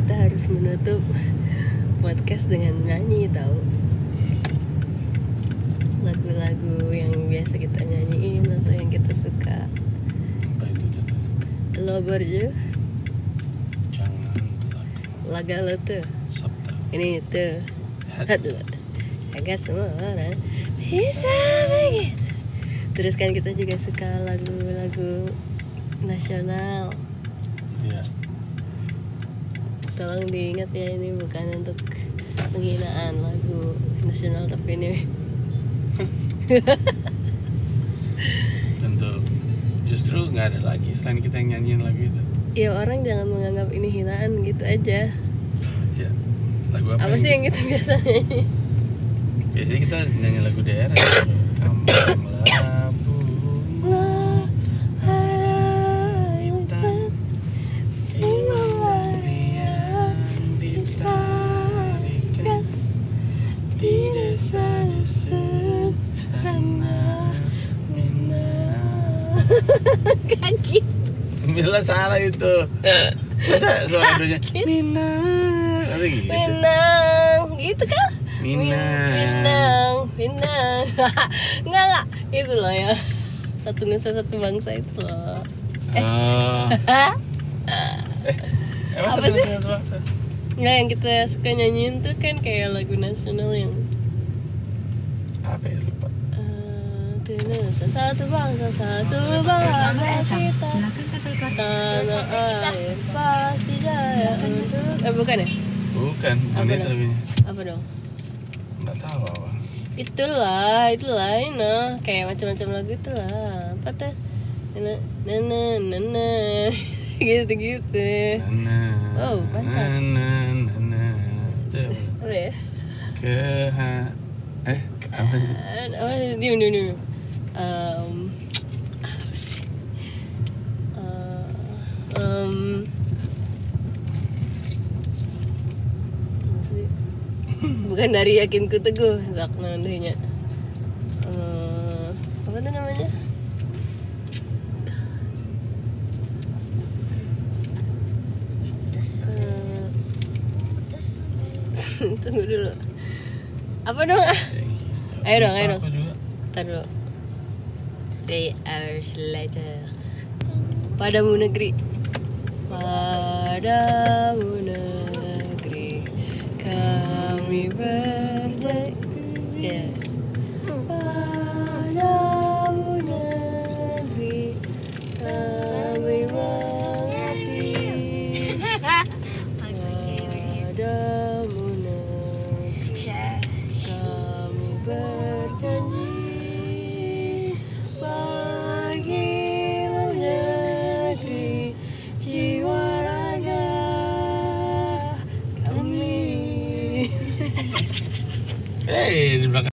kita harus menutup podcast dengan nyanyi tahu. Lagu-lagu yang biasa kita nyanyiin atau yang kita suka. Apa itu contoh? Lo berju Jangan laga lo tuh. Sabta. Ini tuh. Hadu. Agak semua orang bisa begitu. Terus kan kita juga suka lagu-lagu nasional. Iya. Tolong diingat ya, ini bukan untuk penghinaan lagu nasional, tapi ini Untuk justru nggak ada lagi selain kita yang nyanyiin lagu itu. ya orang jangan menganggap ini hinaan gitu aja. Ya. Lagu apa Apa sih yang kita biasa nyanyi? Biasanya kita nyanyi lagu daerah. Kampung Labu. Kaki Mila salah itu. Masa suara duanya Minang atau gitu? Minang gitu kan? Minang. Minang Enggak itu loh ya, satu nusa satu bangsa itu loh. Oh. Emang Apa sih? satu bangsa? Enggak, yang kita suka nyanyiin tuh kan kayak lagu nasional yang Apa ya, lupa. Nusa satu bangsa kita, tanah air pasti jaya untuk bukan ya? Bukan Apa itu dong? lagunya. Apa dong? Nggak tahu apa. Itulah ini kayak macam-macam lagu itulah. Apa tuh? Nana gitu. Oh, mantap. Itu Apa ya? Apa sih? Apa sih? Diam. Apa sih? Bukan dari Yakinku Teguh, tak namanya. Apa tuh namanya? Tunggu dulu. Apa dong? Ayo dong. Aku juga. Ntar dulu. 3 hours later. Padamu negeri. Padamu negeri kami berdaya. Padamu negeri kami mengabdi. Padamu negeri kami berjanji bagimu negeri jiwa raga kami. Di belakang